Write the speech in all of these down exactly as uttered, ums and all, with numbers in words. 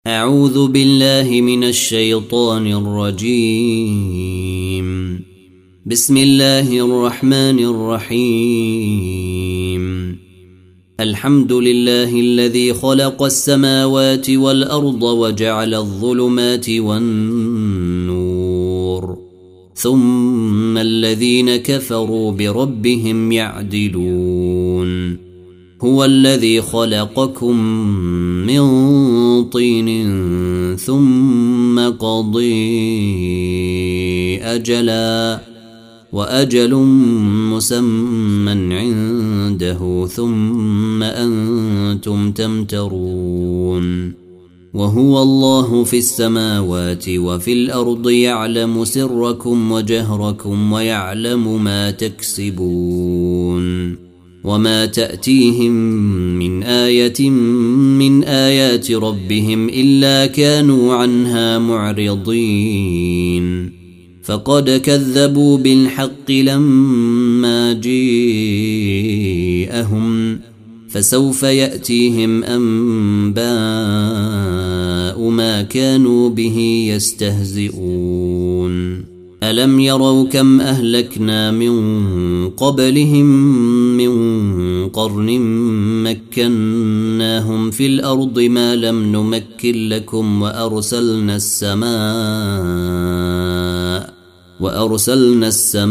أعوذ بالله من الشيطان الرجيم. بسم الله الرحمن الرحيم. الحمد لله الذي خلق السماوات والأرض وجعل الظلمات والنور ثم الذين كفروا بربهم يعدلون. هو الذي خلقكم من طين ثم قضي أجلا وأجل مسمى عنده ثم أنتم تمترون. وهو الله في السماوات وفي الأرض يعلم سركم وجهركم ويعلم ما تكسبون. وما تأتيهم من آية من آيات ربهم إلا كانوا عنها معرضين. فقد كذبوا بالحق لما جاءهم فسوف يأتيهم أنباء ما كانوا به يستهزئون. ألم يروا كم أهلكنا من قبلهم من قرن مكناهم في الأرض ما لم نمكن لكم وأرسلنا السماء وأرسلنا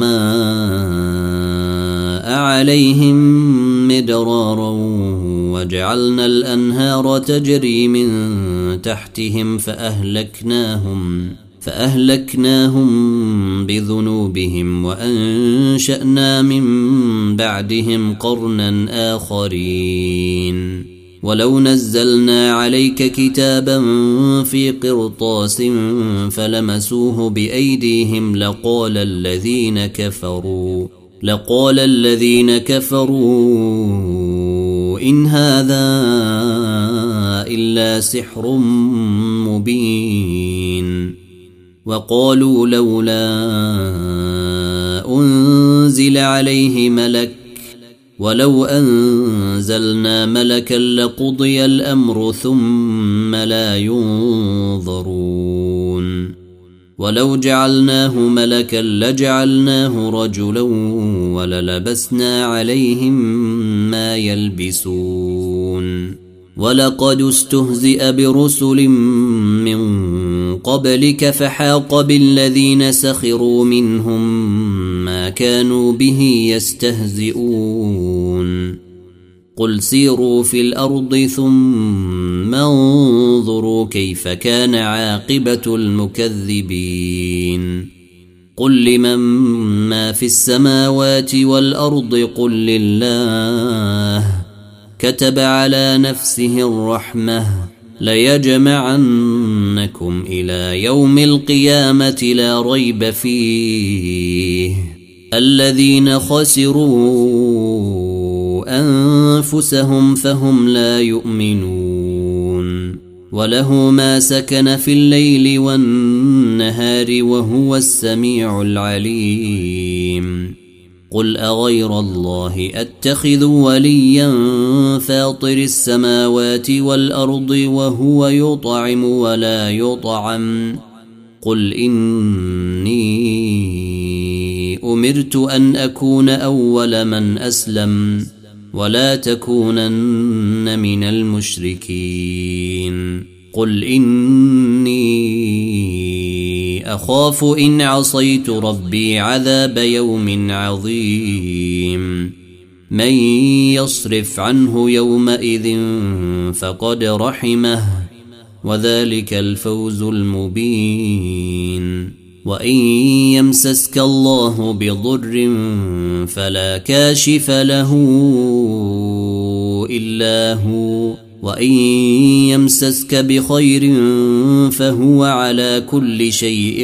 السماء عليهم مدرارا وجعلنا الأنهار تجري من تحتهم فأهلكناهم فأهلكناهم بذنوبهم وأنشأنا من بعدهم قرنا آخرين. ولو نزلنا عليك كتابا في قرطاس فلمسوه بأيديهم لقال الذين كفروا لقال الذين كفروا إن هذا إلا سحر مبين. وقالوا لولا أنزل عليه ملك ولو أنزلنا ملكا لقضي الأمر ثم لا ينظرون. ولو جعلناه ملكا لجعلناه رجلا وللبسنا عليهم ما يلبسون. ولقد استهزئ برسل من قبلك فحاق بالذين سخروا منهم ما كانوا به يستهزئون. قل سيروا في الأرض ثم انظروا كيف كان عاقبة المكذبين. قل لمن ما في السماوات والأرض قل لله كتب على نفسه الرحمة ليجمعنكم إلى يوم القيامة لا ريب فيه. الذين خسروا أنفسهم فهم لا يؤمنون. وله ما سكن في الليل والنهار وهو السميع العليم. قل أغير الله أتخذ وليا فاطر السماوات والأرض وهو يطعم ولا يطعم. قل إني أمرت أن أكون أول من أسلم ولا تكونن من المشركين. قل إني أخاف إن عصيت ربي عذاب يوم عظيم. من يصرف عنه يومئذ فقد رحمه وذلك الفوز المبين. وإن يمسسك الله بضر فلا كاشف له إلا هو وإن يمسسك بخير فهو على كل شيء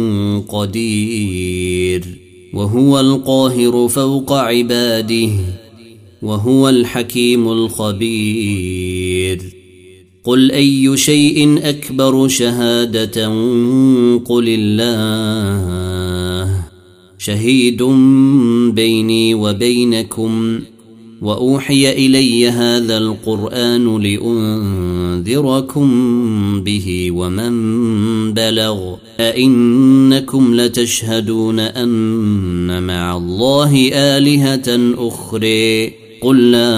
قدير. وهو القاهر فوق عباده وهو الحكيم الخبير. قل أي شيء أكبر شهادة قل الله شهيد بيني وبينكم وأوحي إلي هذا القرآن لأنذركم به ومن بلغ أئنكم لتشهدون أن مع الله آلهة أخرى قل لا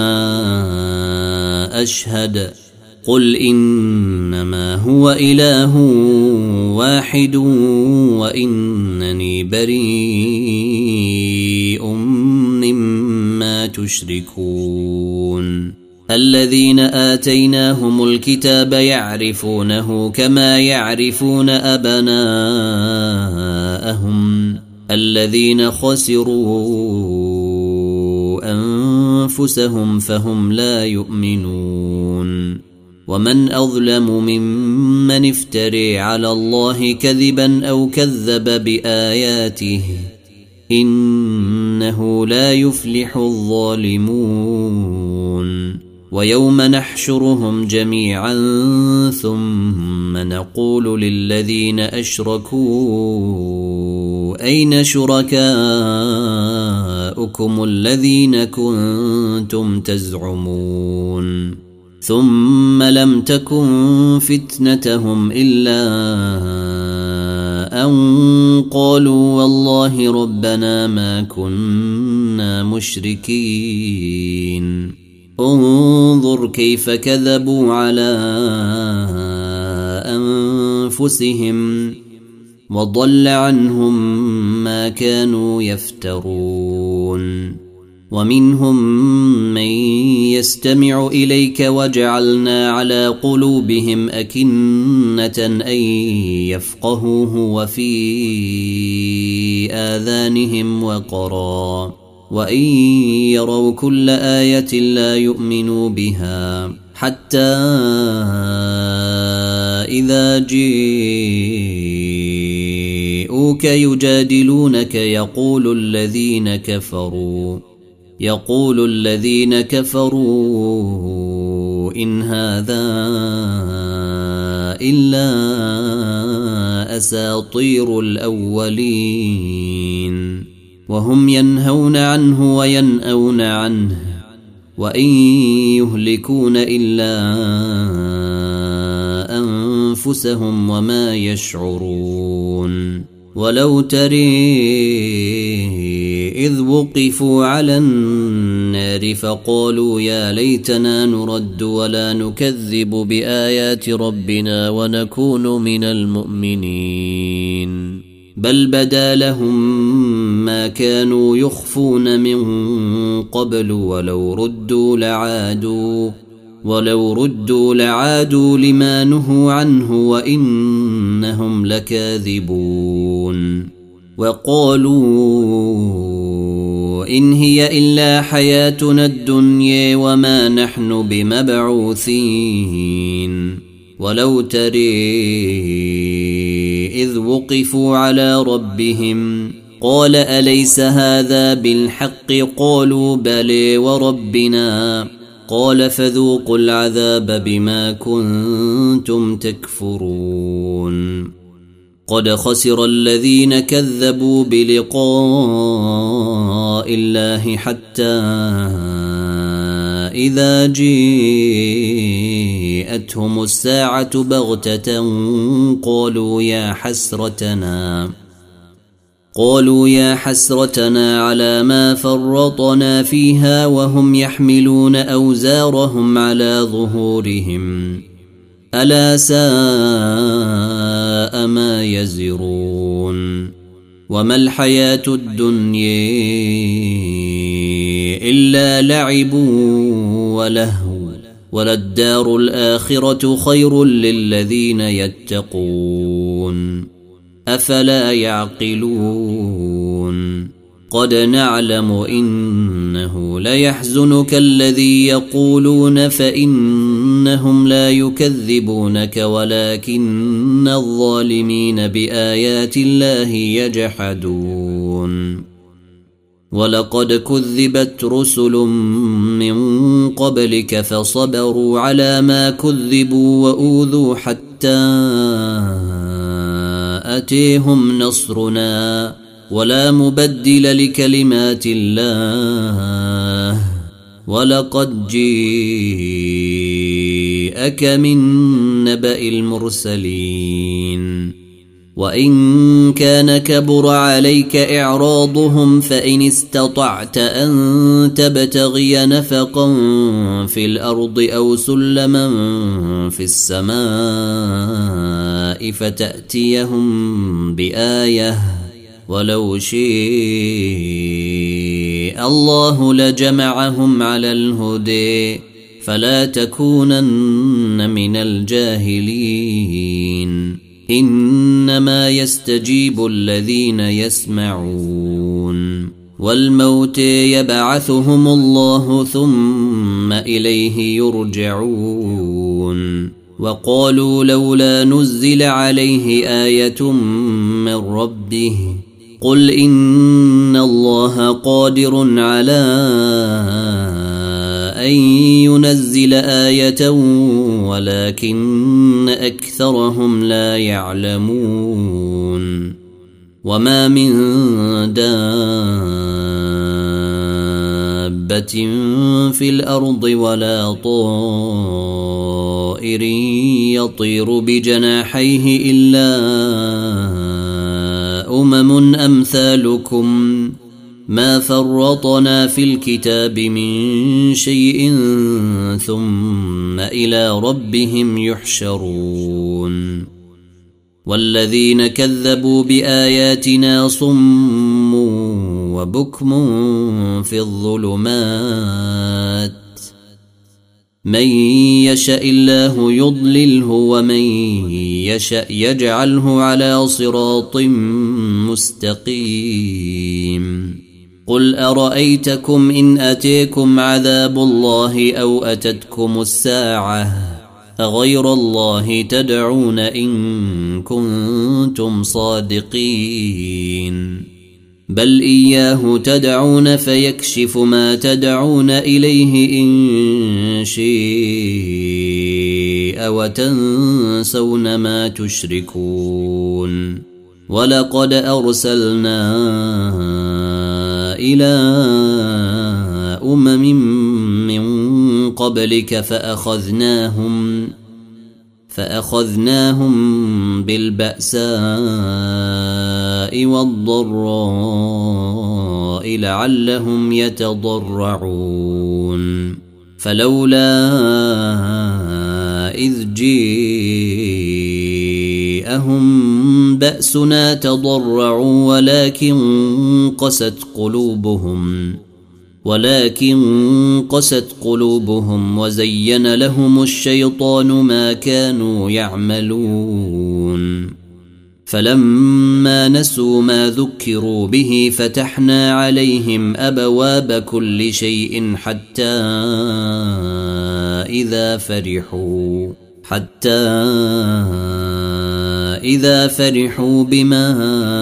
أشهد قل إنما هو إله واحد وإنني بريء مما تشركون الذين آتيناهم الكتاب يعرفونه كما يعرفون أبناءهم الذين خسروا أنفسهم فهم لا يؤمنون ومن أظلم ممن افتري على الله كذبا أو كذب بآياته إنه لا يفلح الظالمون ويوم نحشرهم جميعا ثم نقول للذين أشركوا أين شركاؤكم الذين كنتم تزعمون ثم لم تكن فتنتهم إلا أن قالوا والله ربنا ما كنا مشركين انظر كيف كذبوا على أنفسهم وضل عنهم ما كانوا يفترون ومنهم من يستمع إليك وجعلنا على قلوبهم أكنة أن يفقهوه وفي آذانهم وقرا وإن يروا كل آية لا يؤمنوا بها حتى إذا جاءوك يجادلونك يقول الذين كفروا يقول الذين كفروا إن هذا إلا أساطير الأولين وهم ينهون عنه وينأون عنه وإن يهلكون إلا أنفسهم وما يشعرون ولو تري إذ وقفوا على النار فقالوا يا ليتنا نرد ولا نكذب بآيات ربنا ونكون من المؤمنين بل بدا لهم ما كانوا يخفون من قبل ولو ردوا لعادوا ولو ردوا لعادوا لما نهوا عنه وإنهم لكاذبون وقالوا إن هي إلا حياتنا الدنيا وما نحن بمبعوثين ولو تري إذ وقفوا على ربهم قال أليس هذا بالحق قالوا بلى وربنا قال فذوقوا العذاب بما كنتم تكفرون قد خسر الذين كذبوا بلقاء الله حتى إذا جاءتهم الساعة بغتة قالوا يا حسرتنا قالوا يا حسرتنا على ما فرطنا فيها وهم يحملون أوزارهم على ظهورهم ألا ساء ما يزرون وما الحياة الدنيا إلا لعب ولهو وللدار الآخرة خير للذين يتقون أفلا يعقلون قد نعلم إنه ليحزنك الذي يقولون فإنهم لا يكذبونك ولكن الظالمين بآيات الله يجحدون ولقد كذبت رسل من قبلك فصبروا على ما كذبوا وأوذوا حتى أتيهم نصرنا ولا مبدل لكلمات الله ولقد جيءك من نبأ المرسلين وإن كان كبر عليك إعراضهم فإن استطعت أن تبتغي نفقا في الأرض أو سلما في السماء فتأتيهم بآية ولو شاء الله لجمعهم على الهدى فلا تكونن من الجاهلين إنما يستجيب الذين يسمعون والموت يبعثهم الله ثم إليه يرجعون وقالوا لولا نزل عليه آية من ربه قل إن الله قادر على أن ينزل آية ولكن أكثرهم لا يعلمون وما من دابة في الأرض ولا طائر يطير بجناحيه إلا أمم أمثالكم ما فرطنا في الكتاب من شيء ثم إلى ربهم يحشرون والذين كذبوا بآياتنا صم وبكم في الظلمات من يشاء الله يضلله ومن يشاء يجعله على صراط مستقيم قل أرأيتكم إن أتيكم عذاب الله أو أتتكم الساعة أغير الله تدعون إن كنتم صادقين بل إياه تدعون فيكشف ما تدعون إليه إن شاء وتنسون ما تشركون ولقد أرسلنا إلى أمم من قبلك فأخذناهم فأخذناهم بالبأساء والضراء لعلهم يتضرعون فلولا إذ جاءهم بأسنا تضرعوا ولكن قست قلوبهم ولكن قست قلوبهم وزين لهم الشيطان ما كانوا يعملون فلما نسوا ما ذكروا به فتحنا عليهم أبواب كل شيء حتى إذا فرحوا حتى إذا فرحوا بما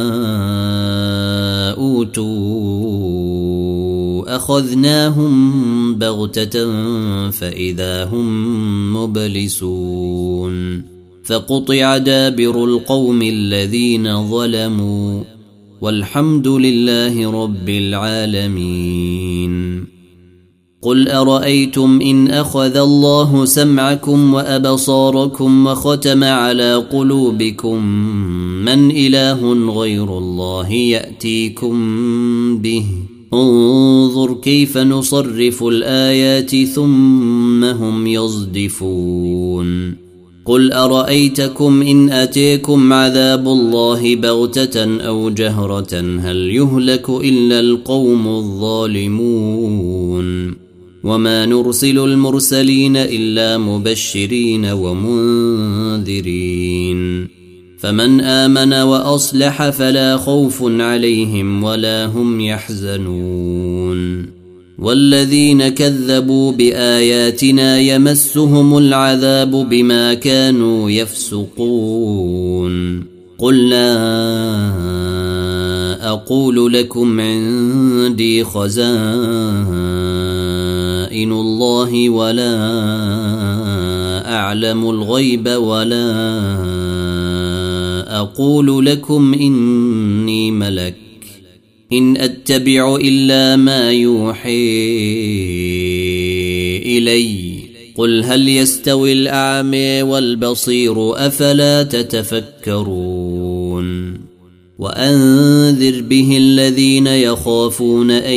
أوتوا أخذناهم بغتة فإذا هم مبلسون فقطع دابر القوم الذين ظلموا والحمد لله رب العالمين قل أرأيتم إن أخذ الله سمعكم وأبصاركم وختم على قلوبكم من إله غير الله يأتيكم به انظر كيف نصرف الآيات ثم هم يصدفون قل أرأيتكم إن أتيكم عذاب الله بغتة أو جهرة هل يهلك إلا القوم الظالمون وما نرسل المرسلين إلا مبشرين ومنذرين فمن آمن وأصلح فلا خوف عليهم ولا هم يحزنون والذين كذبوا بآياتنا يمسهم العذاب بما كانوا يفسقون قل لا أقول لكم عندي خزائن الله ولا أعلم الغيب ولا أقول لكم إني ملك إن أتبع إلا ما يوحي إلي قل هل يستوي الأعمى والبصير أفلا تتفكرون وأنذر به الذين يخافون أن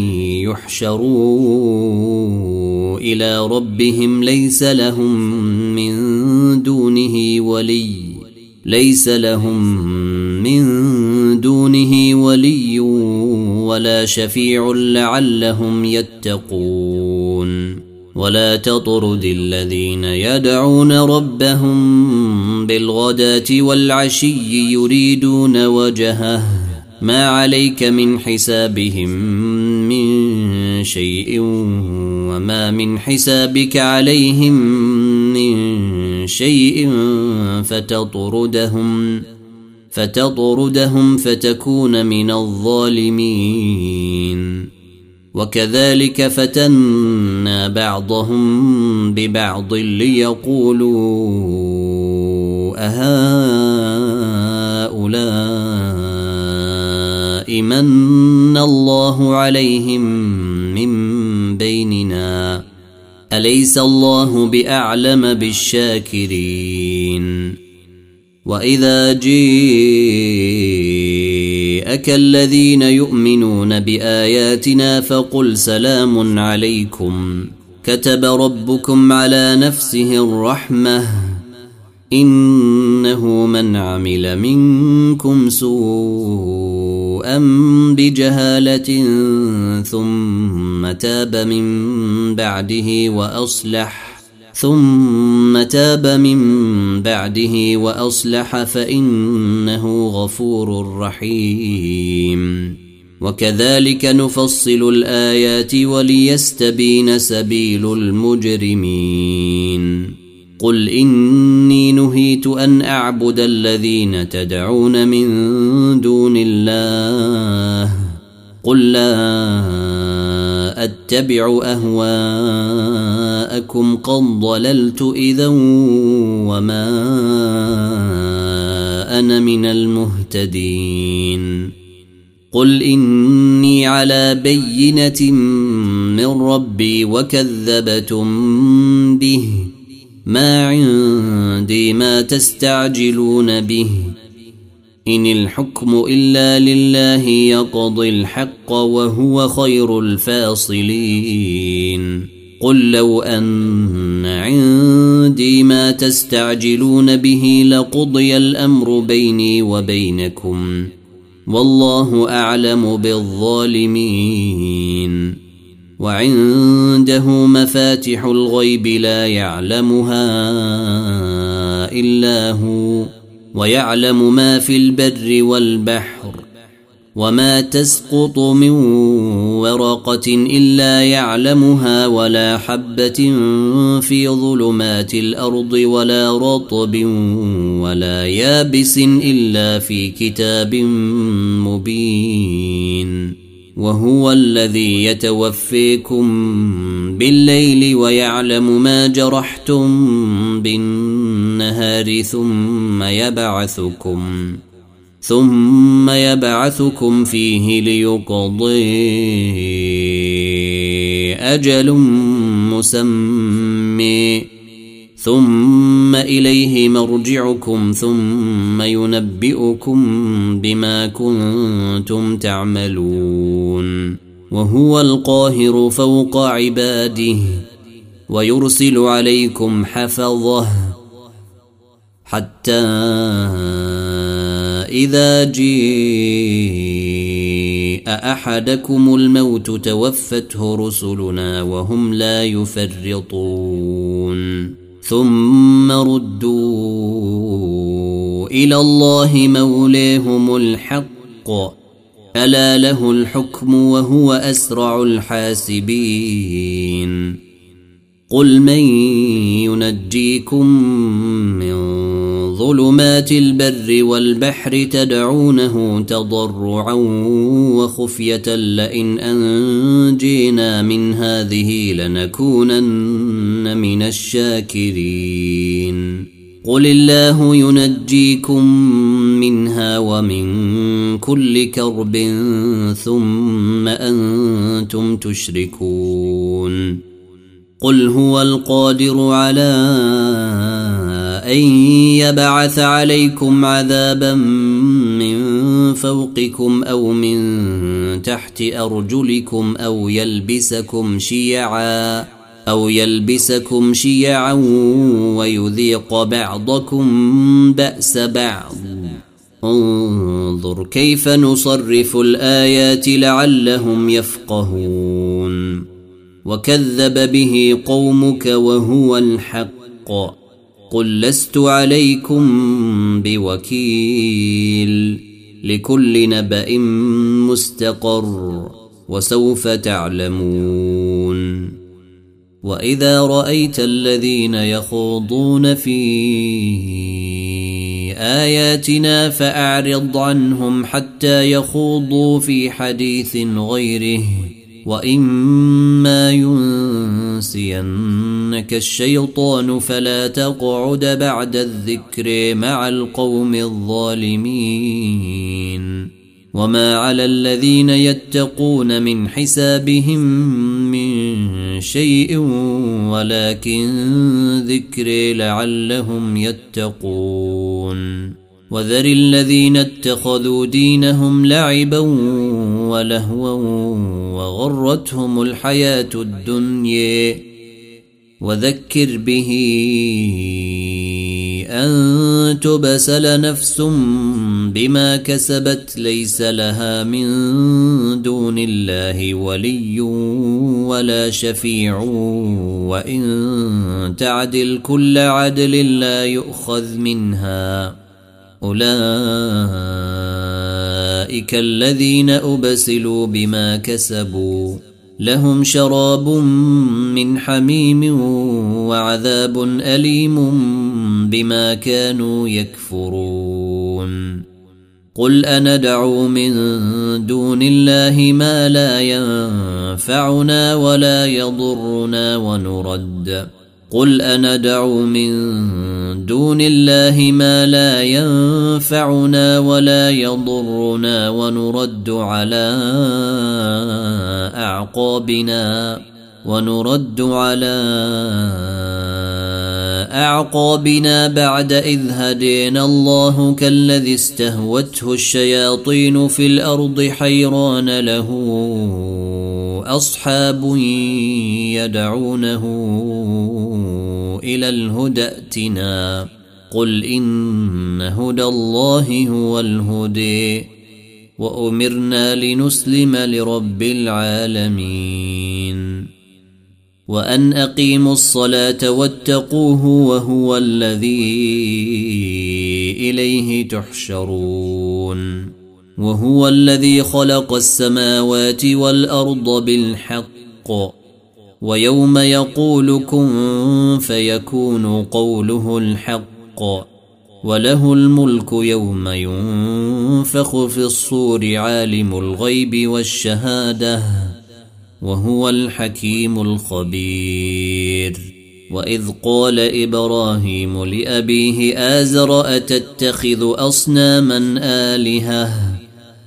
يحشروا إلى ربهم ليس لهم من دونه ولي ليس لهم من دونه ولي ولا شفيع لعلهم يتقون ولا تطرد الذين يدعون ربهم بالغداة والعشي يريدون وجهه ما عليك من حسابهم من شيء وما من حسابك عليهم من شيء فتطردهم فتطردهم فتكون من الظالمين وكذلك فتنا بعضهم ببعض ليقولوا أهؤلاء من الله عليهم من بيننا أليس الله بأعلم بالشاكرين وإذا جاءك الذين يؤمنون بآياتنا فقل سلام عليكم كتب ربكم على نفسه الرحمة إنه من عمل منكم سوءا بجهالة ثم تاب من بعده وأصلح ثم تاب من بعده وأصلح فإنه غفور رحيم وكذلك نفصل الآيات وليستبين سبيل المجرمين قل إني نهيت أن أعبد الذين تدعون من دون الله قل لا أتبع أهواءكم قد ضللت إذا وما أنا من المهتدين قل إني على بينة من ربي وكذبتم به ما عندي ما تستعجلون به إن الحكم إلا لله يقضي الحق وهو خير الفاصلين قل لو أن عندي ما تستعجلون به لقضي الأمر بيني وبينكم والله أعلم بالظالمين وعنده مفاتح الغيب لا يعلمها إلا هو ويعلم ما في البر والبحر وما تسقط من ورقة إلا يعلمها ولا حبة في ظلمات الأرض ولا رطب ولا يابس إلا في كتاب مبين وهو الذي يتوفيكم بالليل ويعلم ما جرحتم بالنهار ثم يبعثكم ثم يبعثكم فيه ليقضي أجل مسمى ثم إليه مرجعكم ثم ينبئكم بما كنتم تعملون وهو القاهر فوق عباده ويرسل عليكم حفظه حتى إذا جاء أحدكم الموت توفته رسلنا وهم لا يفرطون ثم ردوا إلى الله مولاهم الحق ألا له الحكم وهو أسرع الحاسبين قل من ينجيكم من ظلمات البر والبحر تدعونه تضرعا وخفية لئن أنجينا من هذه لنكونن من الشاكرين قل الله ينجيكم منها ومن كل كرب ثم أنتم تشركون قل هو القادر على أن يبعث عليكم عذابا من فوقكم أو من تحت أرجلكم أو يلبسكم شيعا أو يلبسكم شيعا ويذيق بعضكم بأس بعض انظر كيف نصرف الآيات لعلهم يفقهون وكذب به قومك وهو الحق قل لست عليكم بوكيل لكل نبأ مستقر وسوف تعلمون وإذا رأيت الذين يخوضون في آياتنا فأعرض عنهم حتى يخوضوا في حديث غيره وإما ينسينك الشيطان فلا تقعد بعد الذكر مع القوم الظالمين وما على الذين يتقون من حسابهم من شيء ولكن ذكر لعلهم يتقون وذر الذين اتخذوا دينهم لعبا ولهوا وغرتهم الحياة الدنيا وذكر به أن تبسل نفس بما كسبت ليس لها من دون الله ولي ولا شفيع وإن تعدل كل عدل لا يؤخذ منها أولئك الذين أبسلوا بما كسبوا لهم شراب من حميم وعذاب أليم بما كانوا يكفرون قل أندعو من دون الله ما لا ينفعنا ولا يضرنا ونرد قل أندعو من دون الله ما لا ينفعنا ولا يضرنا ونرد على أعقابنا ونرد على أعقابنا بعد إذ هدينا الله كالذي استهوته الشياطين في الأرض حيران له أصحاب يدعونه إلى الهدى ائتنا قل إن هدى الله هو الهدي وأمرنا لنسلم لرب العالمين وأن أقيموا الصلاة واتقوه وهو الذي إليه تحشرون وهو الذي خلق السماوات والأرض بالحق ويوم يقول كن فيكون قوله الحق وله الملك يوم ينفخ في الصور عالم الغيب والشهادة وهو الحكيم الخبير وإذ قال إبراهيم لأبيه آزر أتتخذ أصناما آلهة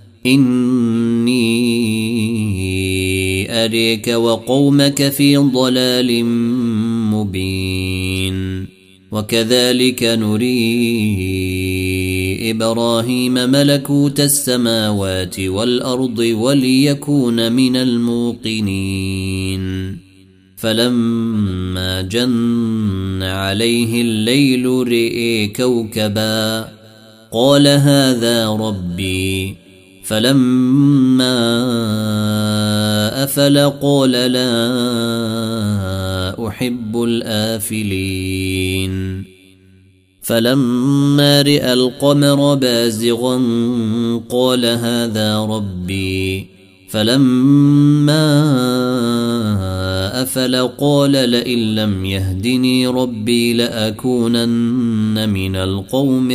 إني أريك وقومك في ضلال مبين وكذلك نري إبراهيم ملكوت السماوات والأرض وليكون من الموقنين فلما جن عليه الليل رئي كوكبا قال هذا ربي فلما أفل قال لا أحب الآفلين فلما رأى القمر بازغا قال هذا ربي فلما أفل قال لئن لم يهدني ربي لأكونن من القوم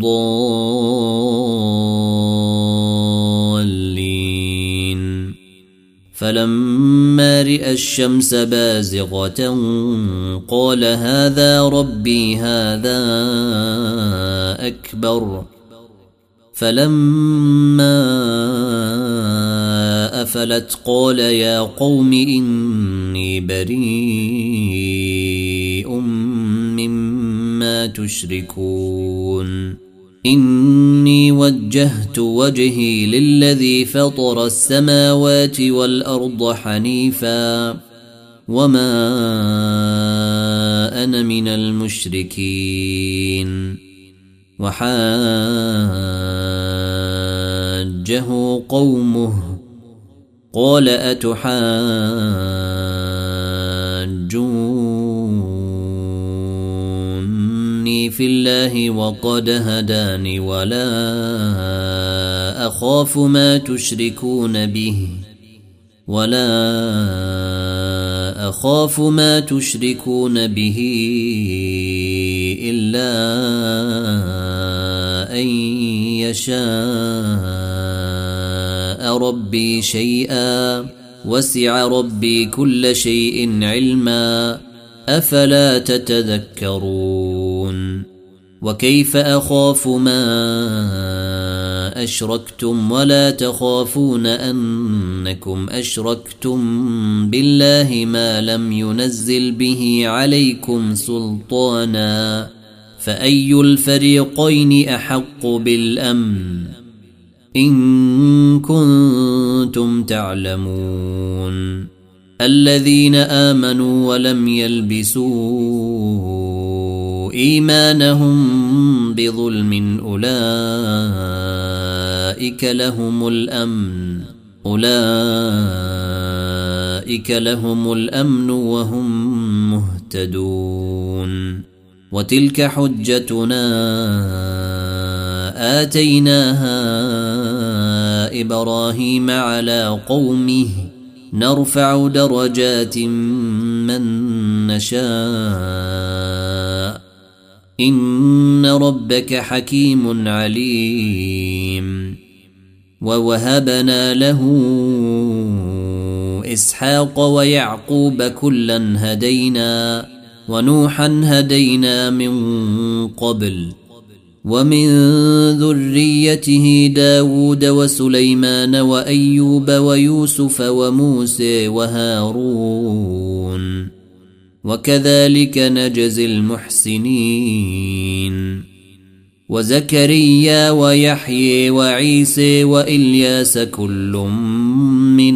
الضالين فلما رأى الشمس بازغة قال هذا ربي هذا أكبر فلما أفلت قال يا قوم إني بريء مما تشركون إني وجهت وجهي للذي فطر السماوات والأرض حنيفا وما أنا من المشركين وحاجه قومه قال أتحاجوني في الله وقد هداني ولا أخاف ما تشركون به ولا أخاف ما تشركون به إلا أن يشاء ربي شيئا وسع ربي كل شيء علما أفلا تتذكرون وكيف أخاف ما أشركتم ولا تخافون أنكم أشركتم بالله ما لم ينزل به عليكم سلطانا فأي الفريقين أحق بالأمن إن كنتم تعلمون الذين آمنوا ولم يلبسوا إيمانهم بظلم أولئك لهم الأمن أولئك لهم الأمن وهم مهتدون وتلك حجتنا آتيناها إبراهيم على قومه نرفع درجات من نشاء إن ربك حكيم عليم ووهبنا له إسحاق ويعقوب كلا هدينا ونوحا هدينا من قبل ومن ذريته داود وسليمان وأيوب ويوسف وموسى وهارون وكذلك نجزي المحسنين وزكريا ويحيى وعيسى وإلياس كل من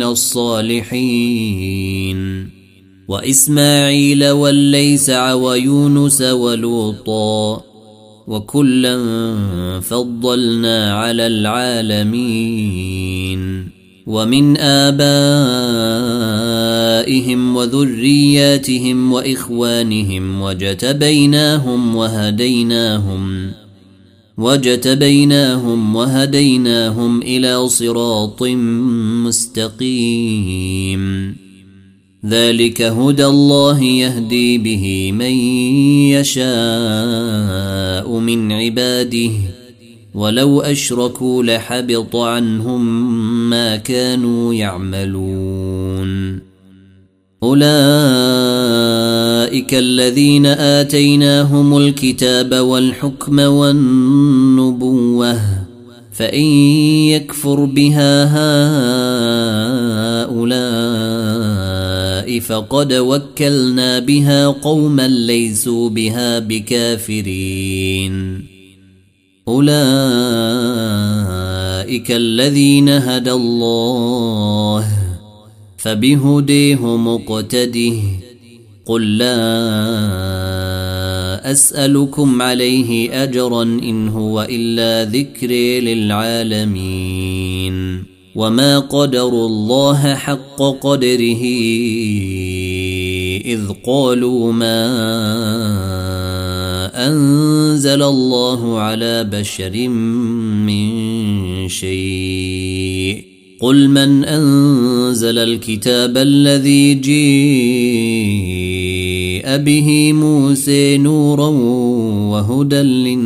الصالحين وإسماعيل والليسع ويونس ولوطا وكلا فضلنا على العالمين ومن آبائهم وذرياتهم وإخوانهم وجتبيناهم وهديناهم وجتبيناهم وهديناهم إلى صراط مستقيم ذلك هدى الله يهدي به من يشاء من عباده ولو أشركوا لحبط عنهم ما كانوا يعملون أولئك الذين آتيناهم الكتاب والحكم والنبوة فإن يكفر بها هؤلاء فقد وكلنا بها قوما ليسوا بها بكافرين أولئك الذين هدى الله فبهديه مقتده قل لا أسألكم عليه أجرا إن هو إلا ذكر للعالمين وما قدروا الله حق قدره إذ قالوا ما أنزل الله على بشر من شيء قل من أنزل الكتاب الذي جيء به موسى نورا وهدى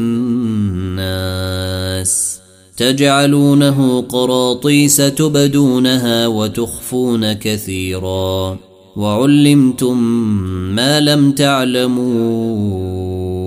للناس تجعلونه قراطيس تبدونها وتخفون كثيرا وعلمتم ما لم تعلموا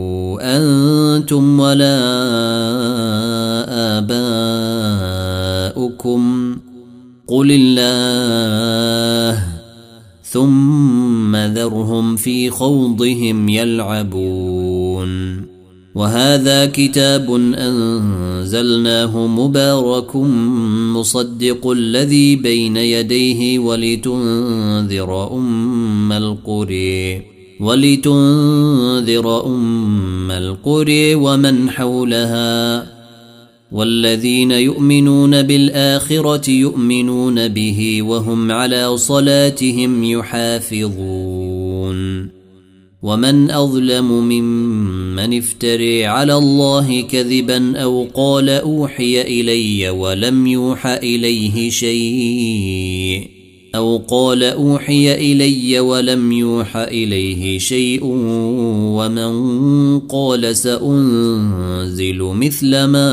أنتم ولا آباؤكم قل الله ثم ذرهم في خوضهم يلعبون وهذا كتاب أنزلناه مبارك مصدق الذي بين يديه ولتنذر أم القرى ولتنذر أم القرى ومن حولها والذين يؤمنون بالآخرة يؤمنون به وهم على صلاتهم يحافظون ومن أظلم ممن افتري على الله كذبا أو قال أوحي إلي ولم يوح إليه شيء أو قال أوحي إلي ولم يوح إليه شيء ومن قال سأنزل مثل ما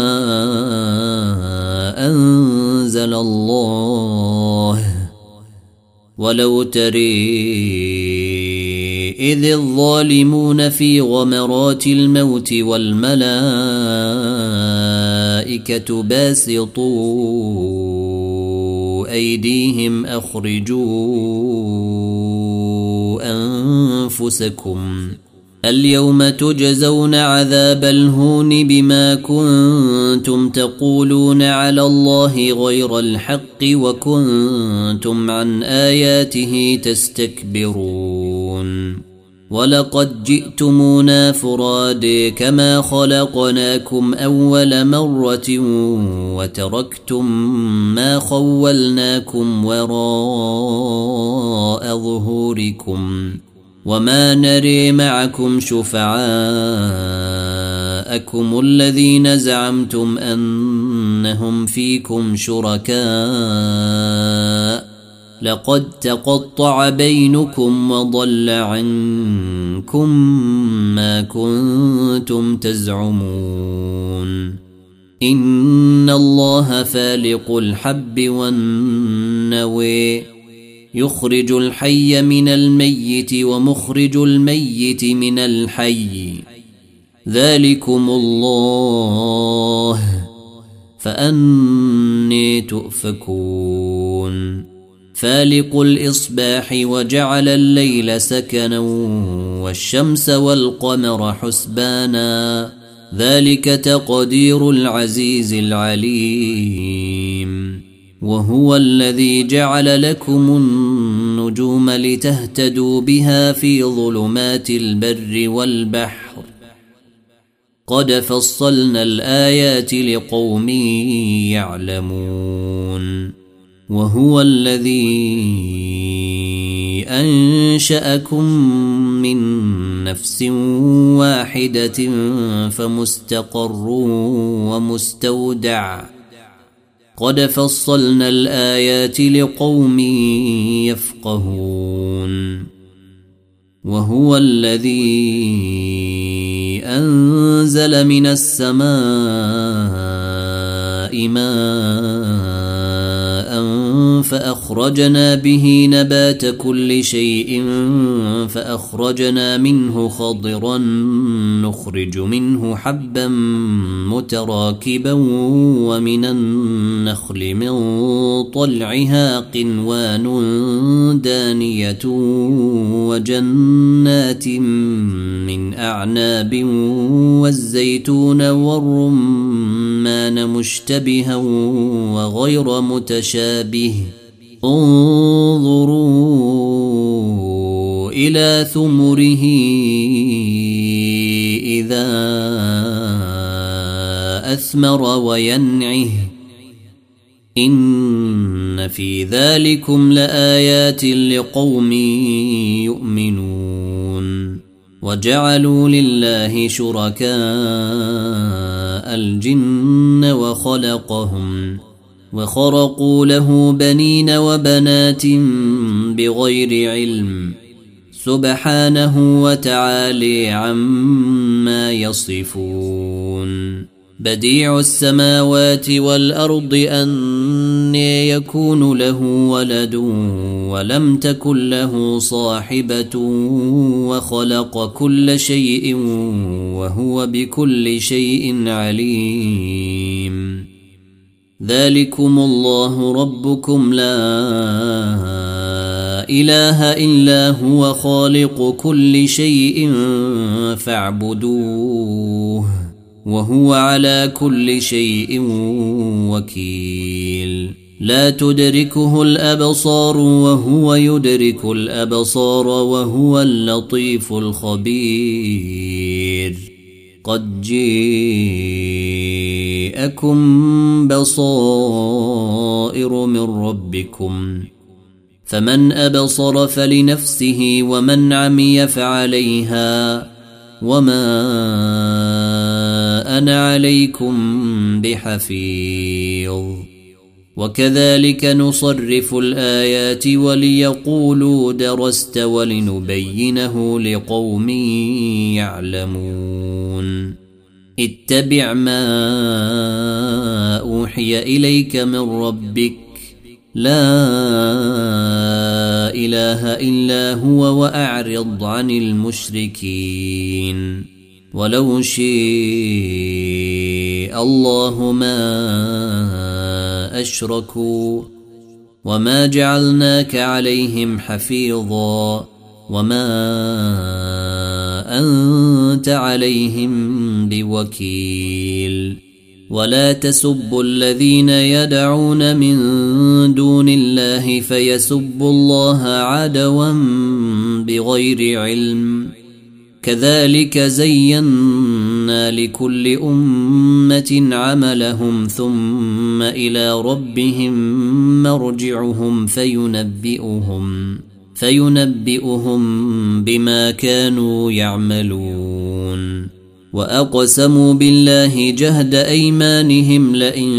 أنزل الله ولو تري إذ الظالمون في غمرات الموت والملائكة باسطوا أيديهم أخرجوا أنفسكم اليوم تجزون عذاب الهون بما كنتم تقولون على الله غير الحق وكنتم عن آياته تستكبرون ولقد جئتمونا فرادى كما خلقناكم أول مرة وتركتم ما خولناكم وراء ظهوركم وما نري معكم شفعاءكم الذين زعمتم أنهم فيكم شركاء لقد تقطع بينكم وضل عنكم ما كنتم تزعمون إن الله فالق الحب والنوى يخرج الحي من الميت ومخرج الميت من الحي ذلكم الله فأني تؤفكون فالق الإصباح وجعل الليل سكنا والشمس والقمر حسبانا ذلك تقدير العزيز العليم وهو الذي جعل لكم النجوم لتهتدوا بها في ظلمات البر والبحر قد فصلنا الآيات لقوم يعلمون وهو الذي أنشأكم من نفس واحدة فمستقر ومستودع قد فصلنا الآيات لقوم يفقهون وهو الذي أنزل من السماء ماء فأخرجنا به نبات كل شيء فأخرجنا منه خضرا نخرج منه حبا متراكبا ومن النخل من طلعها قنوان دانية وجنات من أعناب والزيتون والرمان مشتبها وغير متشابه انظروا إلى ثمره إذا أثمر وينعه إن في ذلكم لآيات لقوم يؤمنون وجعلوا لله شركاء الجن وخلقهم وخرقوا له بنين وبنات بغير علم سبحانه وتعالى عما يصفون بديع السماوات والأرض أنى يكون له ولد ولم تكن له صاحبة وخلق كل شيء وهو بكل شيء عليم ذلكم الله ربكم لا إله إلا هو خالق كل شيء فاعبدوه وهو على كل شيء وكيل لا تدركه الأبصار وهو يدرك الأبصار وهو اللطيف الخبير قد جاءكم بصائر من ربكم فمن أبصر فلنفسه ومن عمي فعليها وما أنا عليكم بحفيظ وكذلك نصرف الآيات وليقولوا درست ولنبينه لقوم يعلمون اتبع ما أوحي إليك من ربك لا إله إلا هو وأعرض عن المشركين ولو شاء الله ما أشركوا وما جعلناك عليهم حفيظا وما أنت عليهم بوكيل ولا تسبوا الذين يدعون من دون الله فيسبوا الله عدوا بغير علم كذلك زينا لكل أمة عملهم ثم إلى ربهم مرجعهم فينبئهم فينبئهم بما كانوا يعملون وأقسموا بالله جهد أيمانهم لئن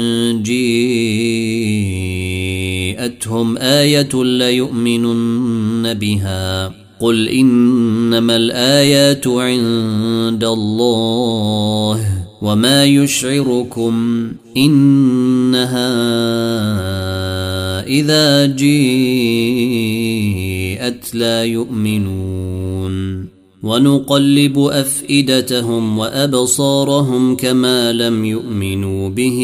جاءتهم آية ليؤمنن بها قل إنما الآيات عند الله وما يشعركم إنها إذا جاءت لا يؤمنون ونقلب أفئدتهم وأبصارهم كما لم يؤمنوا به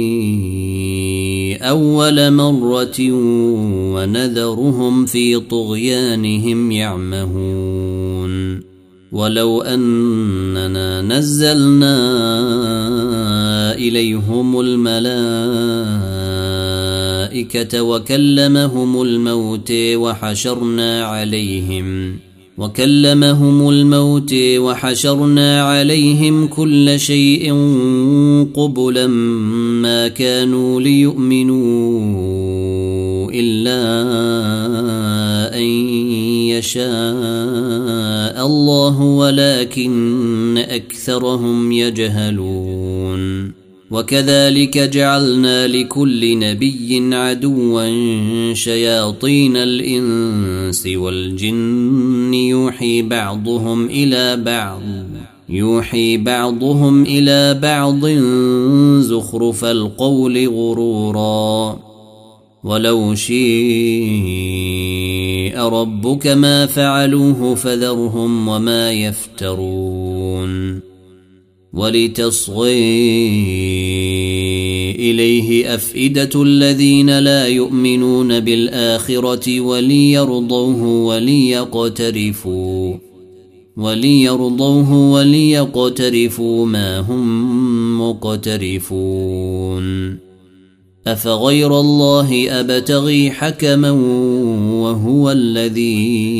أول مرة ونذرهم في طغيانهم يعمهون ولو أننا نزلنا إليهم الملائكة وكلمهم الموت وحشرنا عليهم وكلمهم الموت وحشرنا عليهم كل شيء قبلا ما كانوا ليؤمنوا إلا أن يشاء الله ولكن أكثرهم يجهلون وكذلك جعلنا لكل نبي عدوا شياطين الإنس والجن يوحي بعضهم إلى بعض يوحي بعضهم إلى بعض زخرف القول غرورا ولو شاء ربك ما فعلوه فذرهم وما يفترون ولتصغي إليه أفئدة الذين لا يؤمنون بالآخرة وليرضوه وليقترفوا وليرضوه وليقترفوا ما هم مقترفون أفغير الله أبتغي حكما وهو الذي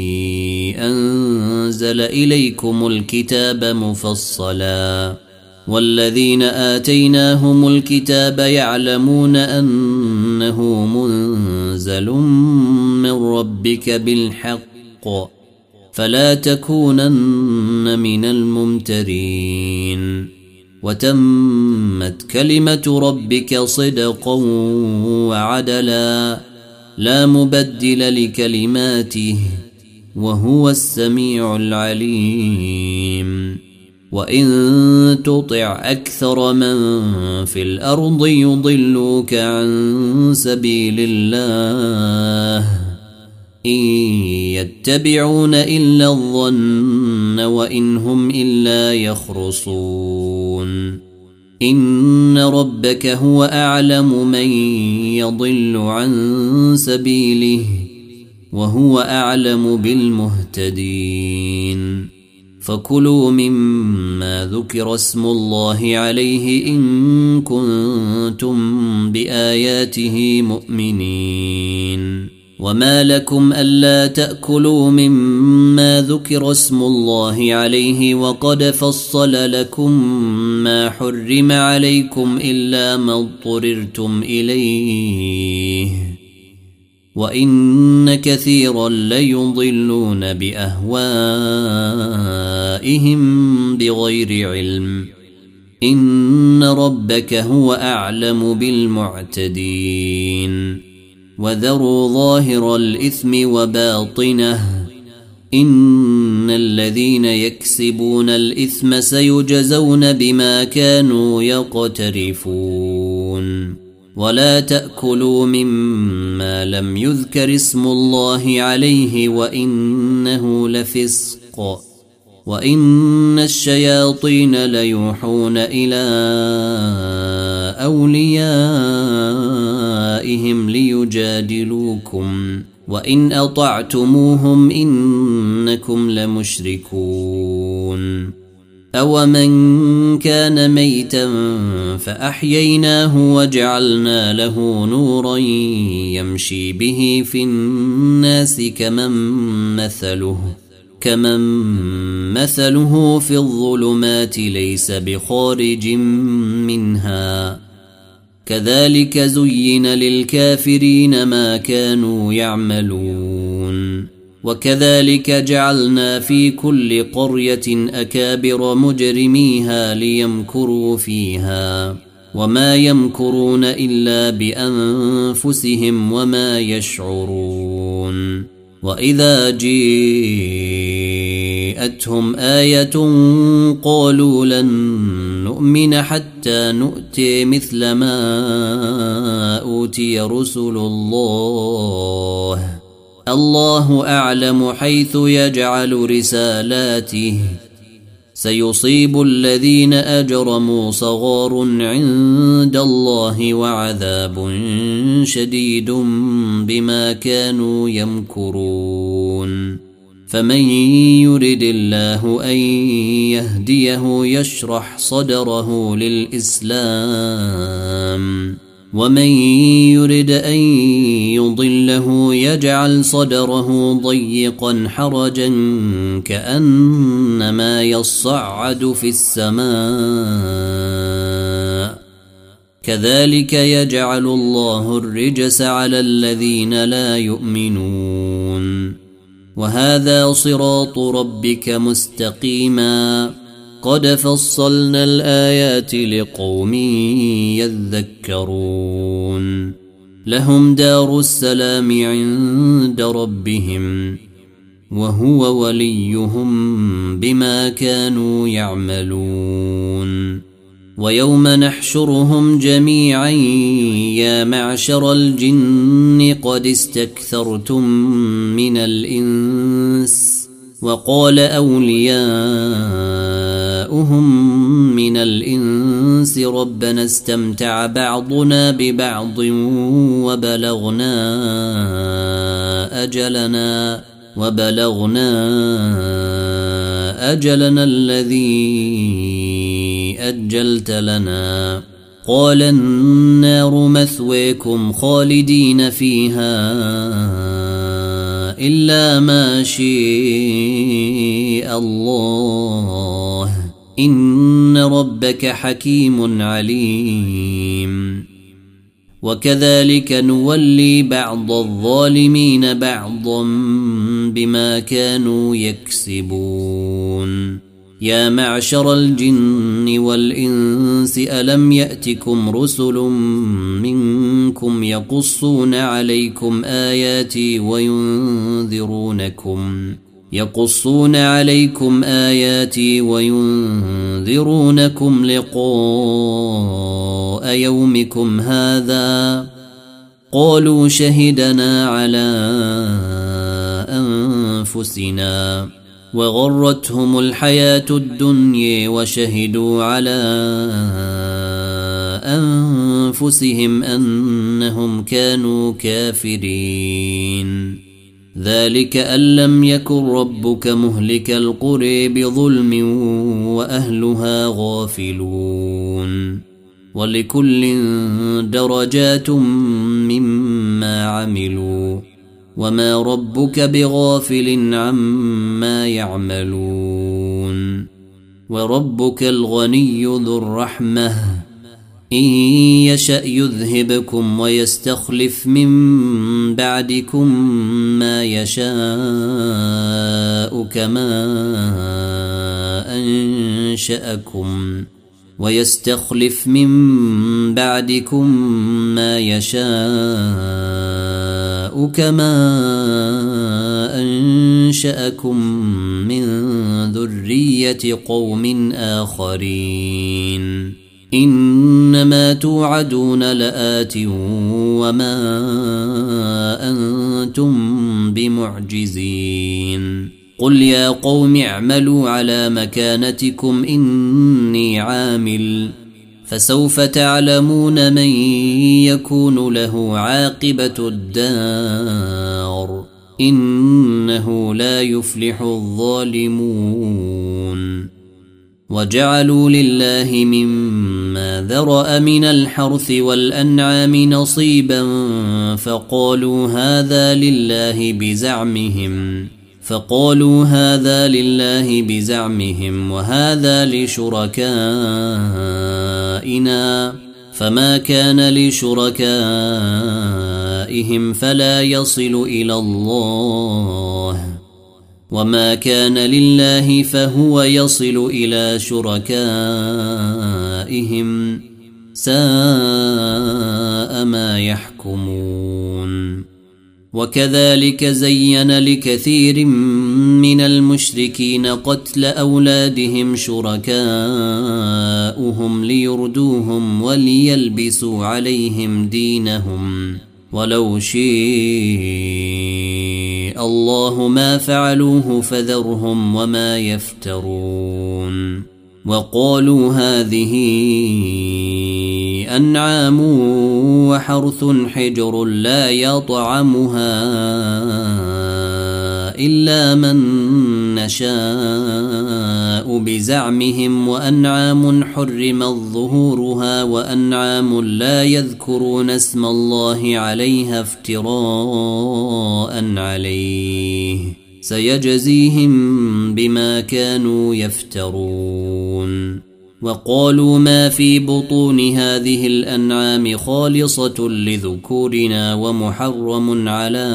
أنزل إليكم الكتاب مفصلا والذين آتيناهم الكتاب يعلمون أنه منزل من ربك بالحق فلا تكونن من الممترين وتمت كلمة ربك صدقا وعدلا لا مبدل لكلماته وهو السميع العليم وإن تطع أكثر من في الأرض يضلوك عن سبيل الله إن يتبعون إلا الظن وإن هم إلا يخرصون إن ربك هو أعلم من يضل عن سبيله وهو أعلم بالمهتدين فكلوا مما ذكر اسم الله عليه إن كنتم بآياته مؤمنين وما لكم ألا تأكلوا مما ذكر اسم الله عليه وقد فصل لكم ما حرم عليكم إلا ما اضطررتم إليه وإن كثيرا ليضلون بأهوائهم بغير علم إن ربك هو أعلم بالمعتدين وذروا ظاهر الإثم وباطنه إن الذين يكسبون الإثم سيجزون بما كانوا يقترفون ولا تأكلوا مما لم يذكر اسم الله عليه وإنه لفسق وإن الشياطين ليوحون إلى أوليائهم ليجادلوكم وإن أطعتموهم إنكم لمشركون أومن كان ميتا فأحييناه وجعلنا له نورا يمشي به في الناس كمن مثله كمن مثله في الظلمات ليس بخارج منها كذلك زين للكافرين ما كانوا يعملون وكذلك جعلنا في كل قرية أكابر مجرميها ليمكروا فيها وما يمكرون إلا بأنفسهم وما يشعرون وإذا جاءتهم آية قالوا لن نؤمن حتى نؤتي مثل ما أوتي رسل الله الله أعلم حيث يجعل رسالاته سيصيب الذين أجرموا صغار عند الله وعذاب شديد بما كانوا يمكرون فمن يرد الله أن يهديه يشرح صدره للإسلام ومن يرد أن يضله يجعل صدره ضيقا حرجا كأنما يصعد في السماء كذلك يجعل الله الرجس على الذين لا يؤمنون وهذا صراط ربك مستقيما قد فصلنا الآيات لقوم يذكرون لهم دار السلام عند ربهم وهو وليهم بما كانوا يعملون ويوم نحشرهم جميعا يا معشر الجن قد استكثرتم من الإنس وقال أولياؤهم من الإنس ربنا استمتع بعضنا ببعض وبلغنا أجلنا وبلغنا أجلنا الذي أجلت لنا قال النار مثويكم خالدين فيها إلا ما شاء الله إن ربك حكيم عليم وكذلك نولي بعض الظالمين بعضا بما كانوا يكسبون يا معشر الجن والإنس ألم يأتكم رسل منكم يقصون عليكم آياتي وينذرونكم يقصون عليكم آياتي وينذرونكم لقاء يومكم هذا قالوا شهدنا على أنفسنا وغرتهم الحياة الدنيا وشهدوا على أنفسهم أنهم كانوا كافرين. ذلك أن لم يكن ربك مهلك القرى بظلم وأهلها غافلون. ولكل درجات مما عملوا وما ربك بغافل عما يعملون. وربك الغني ذو الرحمة إن يشأ يذهبكم ويستخلف من بعدكم ما يشاء كما أنشأكم ويستخلف من بعدكم ما يشاء كما أنشأكم من ذرية قوم آخرين. إنما توعدون لآت وما أنتم بمعجزين. قل يا قوم اعملوا على مكانتكم إني عامل فسوف تعلمون من يكون له عاقبة الدار إنه لا يفلح الظالمون. وجعلوا لله مما ذرأ من الحرث والأنعام نصيبا فقالوا هذا لله بزعمهم فقالوا هذا لله بزعمهم وهذا لشركائنا فما كان لشركائهم فلا يصل إلى الله وما كان لله فهو يصل إلى شركائهم ساء ما يحكمون. وكذلك زين لكثير من المشركين قتل أولادهم شركاؤهم ليردوهم وليلبسوا عليهم دينهم ولو شاء الله ما فعلوه فذرهم وما يفترون. وقالوا هذه أنعام وحرث حجر لا يطعمها إلا من نشاء بزعمهم وأنعام حرمت ظهورها وأنعام لا يذكرون اسم الله عليها افتراء عليه سيجزيهم بما كانوا يفترون. وقالوا ما في بطون هذه الأنعام خالصة لذكورنا ومحرم على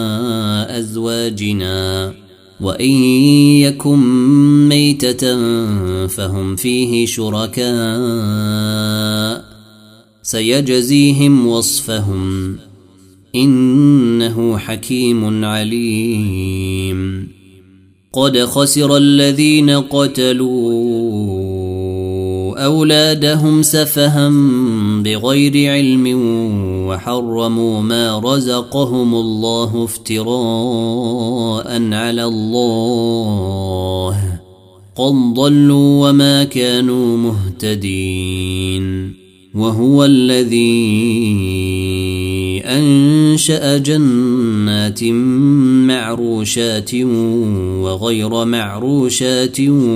أزواجنا وإن يكن ميتة فهم فيه شركاء سيجزيهم وصفهم إنه حكيم عليم. قد خسر الذين قتلوا أولادهم سفها بغير علم وحرموا ما رزقهم الله افتراء على الله قد ضلوا وما كانوا مهتدين. وهو الذي أنشأ جنات معروشات وغير معروشات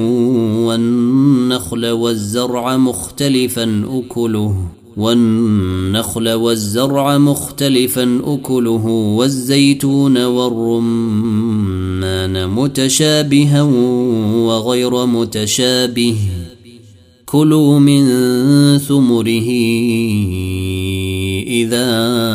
والنخل والزرع مختلفا أكله والنخل والزرع مختلفا أكله والزيتون والرمان متشابها وغير متشابه كلوا من ثمره إذا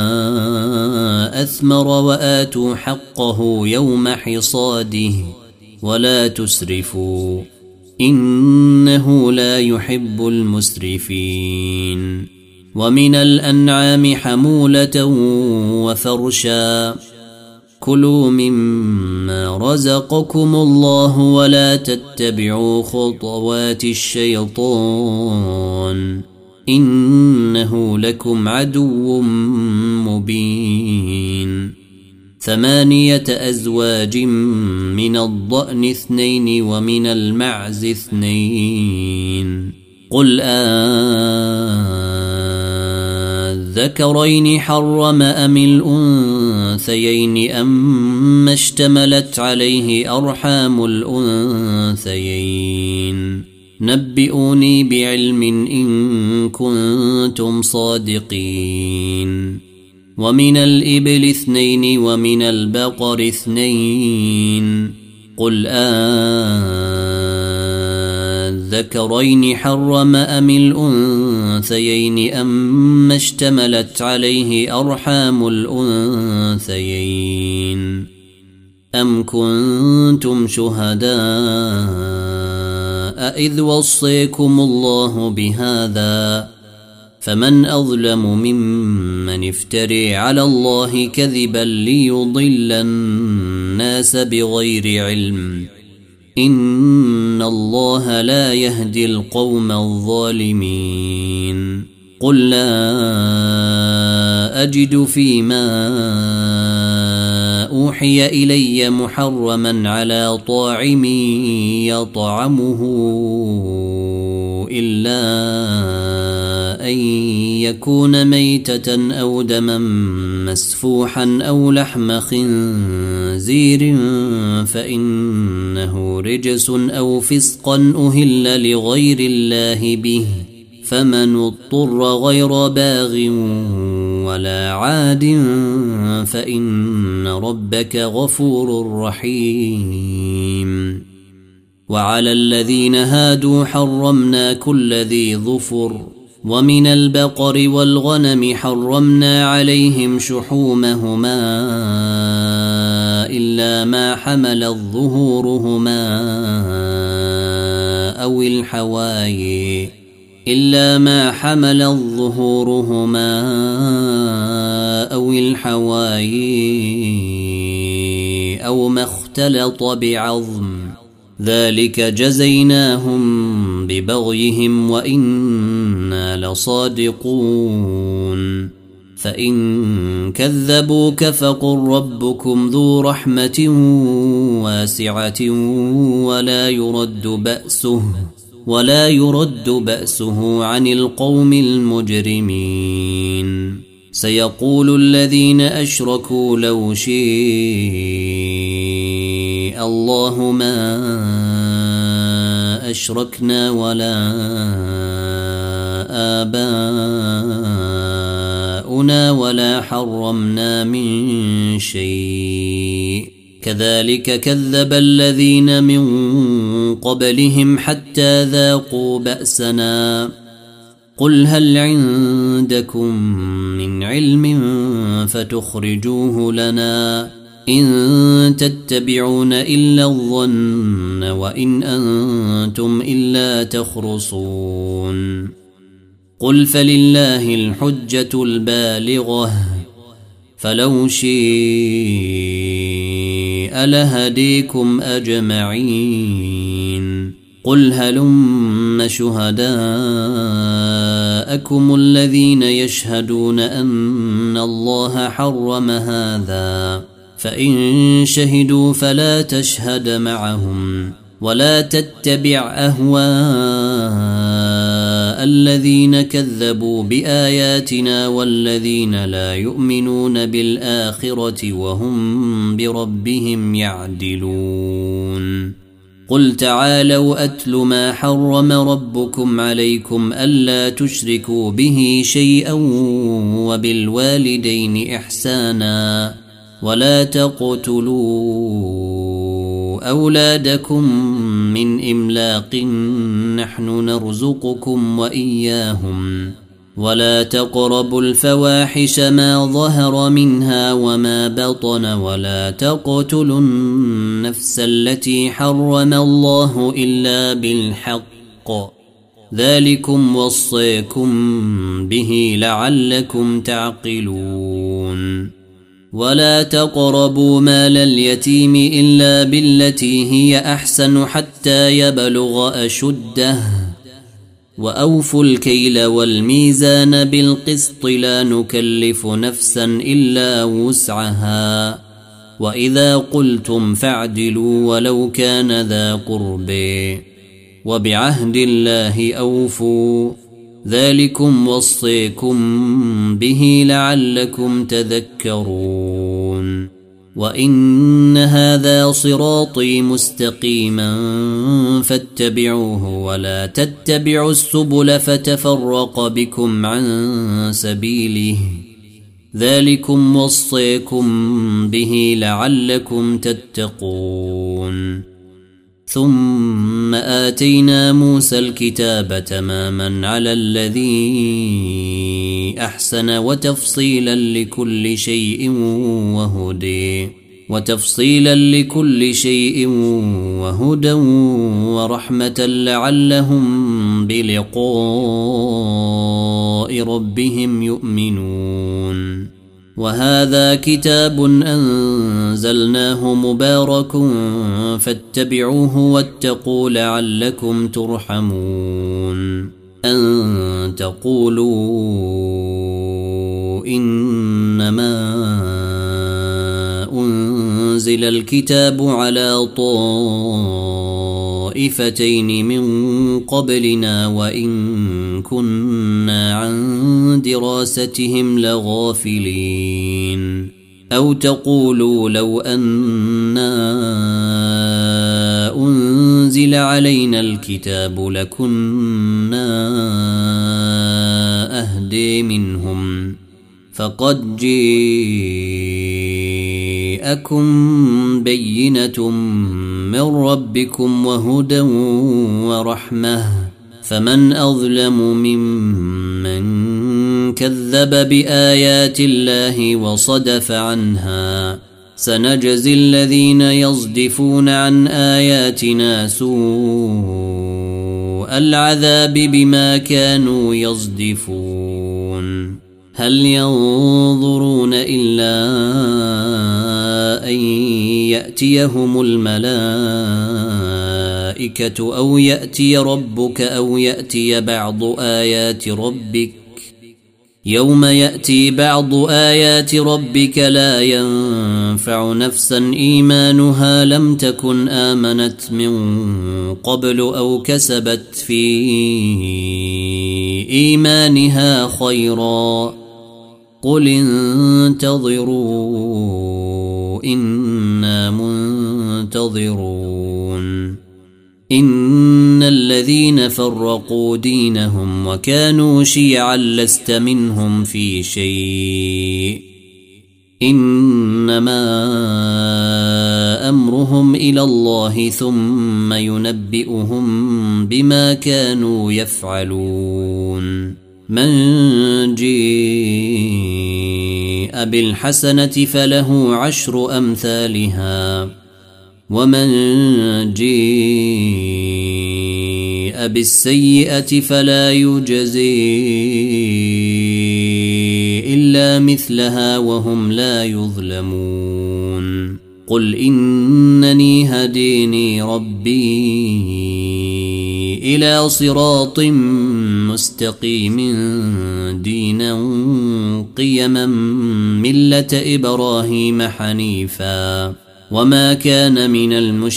أثمر وآتوا حقه يوم حصاده ولا تسرفوا إنه لا يحب المسرفين. ومن الأنعام حمولة وفرشا كلوا مما رزقكم الله ولا تتبعوا خطوات الشيطان إنه لكم عدو مبين. ثمانية أزواج من الضأن اثنين ومن المعز اثنين قل أذكرين حرم أم الأنثيين أما اشتملت عليه أرحام الأنثيين نبئوني بعلم إن كنتم صادقين ومن الإبل اثنين ومن البقر اثنين قل أذكرين حرم أم الأنثيين أما اشتملت عليه أرحام الأنثيين أم كنتم شهداء إذ وصيكم الله بهذا فمن أظلم ممن افتري على الله كذبا ليضل الناس بغير علم إن الله لا يهدي القوم الظالمين قل لا أجد فيما أوحي إلي محرما على طاعم يطعمه إلا أن يكون ميتة أو دما مسفوحا أو لحم خنزير فإنه رجس أو فسقا أهل لغير الله به فمن اضطر غير باغ ولا عاد فإن ربك غفور رحيم وعلى الذين هادوا حرمنا كل ذي ظفر ومن البقر والغنم حرمنا عليهم شحومهما إلا ما حملت ظهورهما أو الحواي إلا ما حملت ظهورهما أو الحواي أو ما اختلط بعظم ذلك جزيناهم ببغيهم وإنا لصادقون فإن كذبوك فقل ربكم ذو رحمة واسعة ولا يرد بأسه ولا يرد بأسه عن القوم المجرمين سيقول الذين أشركوا لو شاء الله ما أشركنا ولا آباؤنا ولا حرمنا من شيء كذلك كذب الذين من قبلهم حتى ذاقوا بأسنا قل هل عندكم من علم فتخرجوه لنا إن تتبعون إلا الظن وإن أنتم إلا تخرصون قل فلله الحجة البالغة فلو شاء لهديكم أجمعين قل هلم شهداءكم الذين يشهدون أن الله حرم هذا فإن شهدوا فلا تشهد معهم ولا تتبع أهواء الذين كذبوا بآياتنا والذين لا يؤمنون بالآخرة وهم بربهم يعدلون قل تعالوا أتل ما حرم ربكم عليكم ألا تشركوا به شيئا وبالوالدين إحسانا ولا تقتلوا أولادكم من إملاق نحن نرزقكم وإياهم ولا تقربوا الفواحش ما ظهر منها وما بطن ولا تقتلوا النفس التي حرم الله إلا بالحق ذلكم وصيكم به لعلكم تعقلون ولا تقربوا مال اليتيم إلا بالتي هي أحسن حتى يبلغ أشده وأوفوا الكيل والميزان بالقسط لا نكلف نفسا إلا وسعها وإذا قلتم فاعدلوا ولو كان ذا قرب وبعهد الله أوفوا ذلكم وصيكم به لعلكم تذكرون وإن هذا صراطي مستقيما فاتبعوه ولا تتبعوا السبل فتفرق بكم عن سبيله ذلكم وصيكم به لعلكم تتقون ثم آتينا موسى الكتاب تماما على الذي أحسن وتفصيلا لكل شيء وهدى وتفصيلا لكل شيء وهدى ورحمة لعلهم بلقاء ربهم يؤمنون وهذا كتاب أنزلناه مبارك فاتبعوه واتقوا لعلكم ترحمون أن تقولوا إنما أنزل الكتاب على طائفتين من قبلنا وإن كنا عن دراستهم لغافلين أو تقولوا لو أنا أنزل علينا الكتاب لكنا أهدي منهم فقد جاءكم بينة من ربكم وهدى ورحمة فمن أظلم ممن كذب بآيات الله وصدف عنها سنجزي الذين يصدفون عن آياتنا سوء العذاب بما كانوا يصدفون هل ينظرون إلا أن يأتيهم الملائكة أو يأتي ربك أو يأتي بعض آيات ربك يوم يأتي بعض آيات ربك لا ينفع نفسا إيمانها لم تكن آمنت من قبل أو كسبت في إيمانها خيرا قل انتظروا إنا منتظرون إن الذين فرقوا دينهم وكانوا شيعا لست منهم في شيء إنما أمرهم إلى الله ثم ينبئهم بما كانوا يفعلون من جاء بالحسنة فله عشر أمثالها ومن جاء بالسيئة فلا يجزي إلا مثلها وهم لا يظلمون قل إنني هديني ربي إلى صراط مستقيم دينا قيما ملة إبراهيم حنيفا وما كان من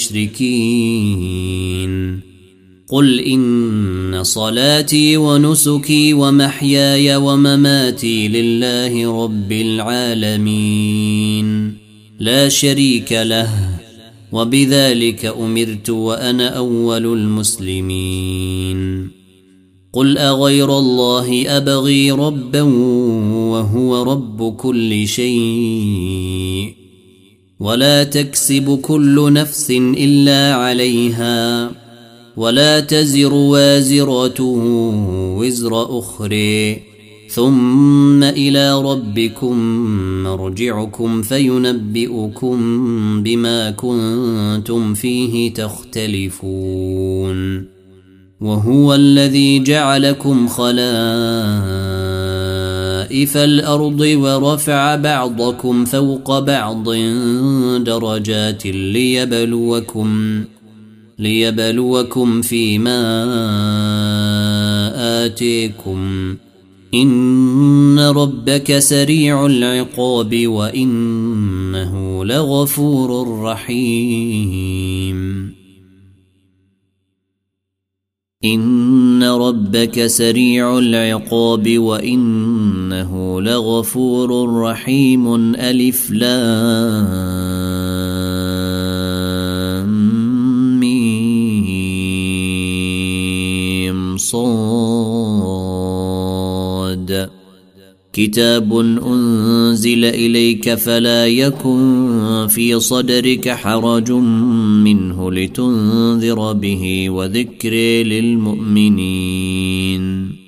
المشركين قل إن صلاتي ونسكي ومحياي ومماتي لله رب العالمين لا شريك له وبذلك أمرت وأنا أول المسلمين قل أغير الله أبغي ربا وهو رب كل شيء ولا تكسب كل نفس إلا عليها ولا تزر وازرة وزر أخرى ثم إلى ربكم مرجعكم فينبئكم بما كنتم فيه تختلفون وهو الذي جعلكم خلائف الأرض ورفع بعضكم فوق بعض درجات ليبلوكم ليبلوكم فيما آتيكم إن ربك سريع العقاب وإنه لغفور رحيم إن ربك سريع العقاب وإنه لغفور رحيم. ألف لام ميم صاد كتاب أنزل إليك فلا يكن في صدرك حرج منه لتنذر به وذكر للمؤمنين.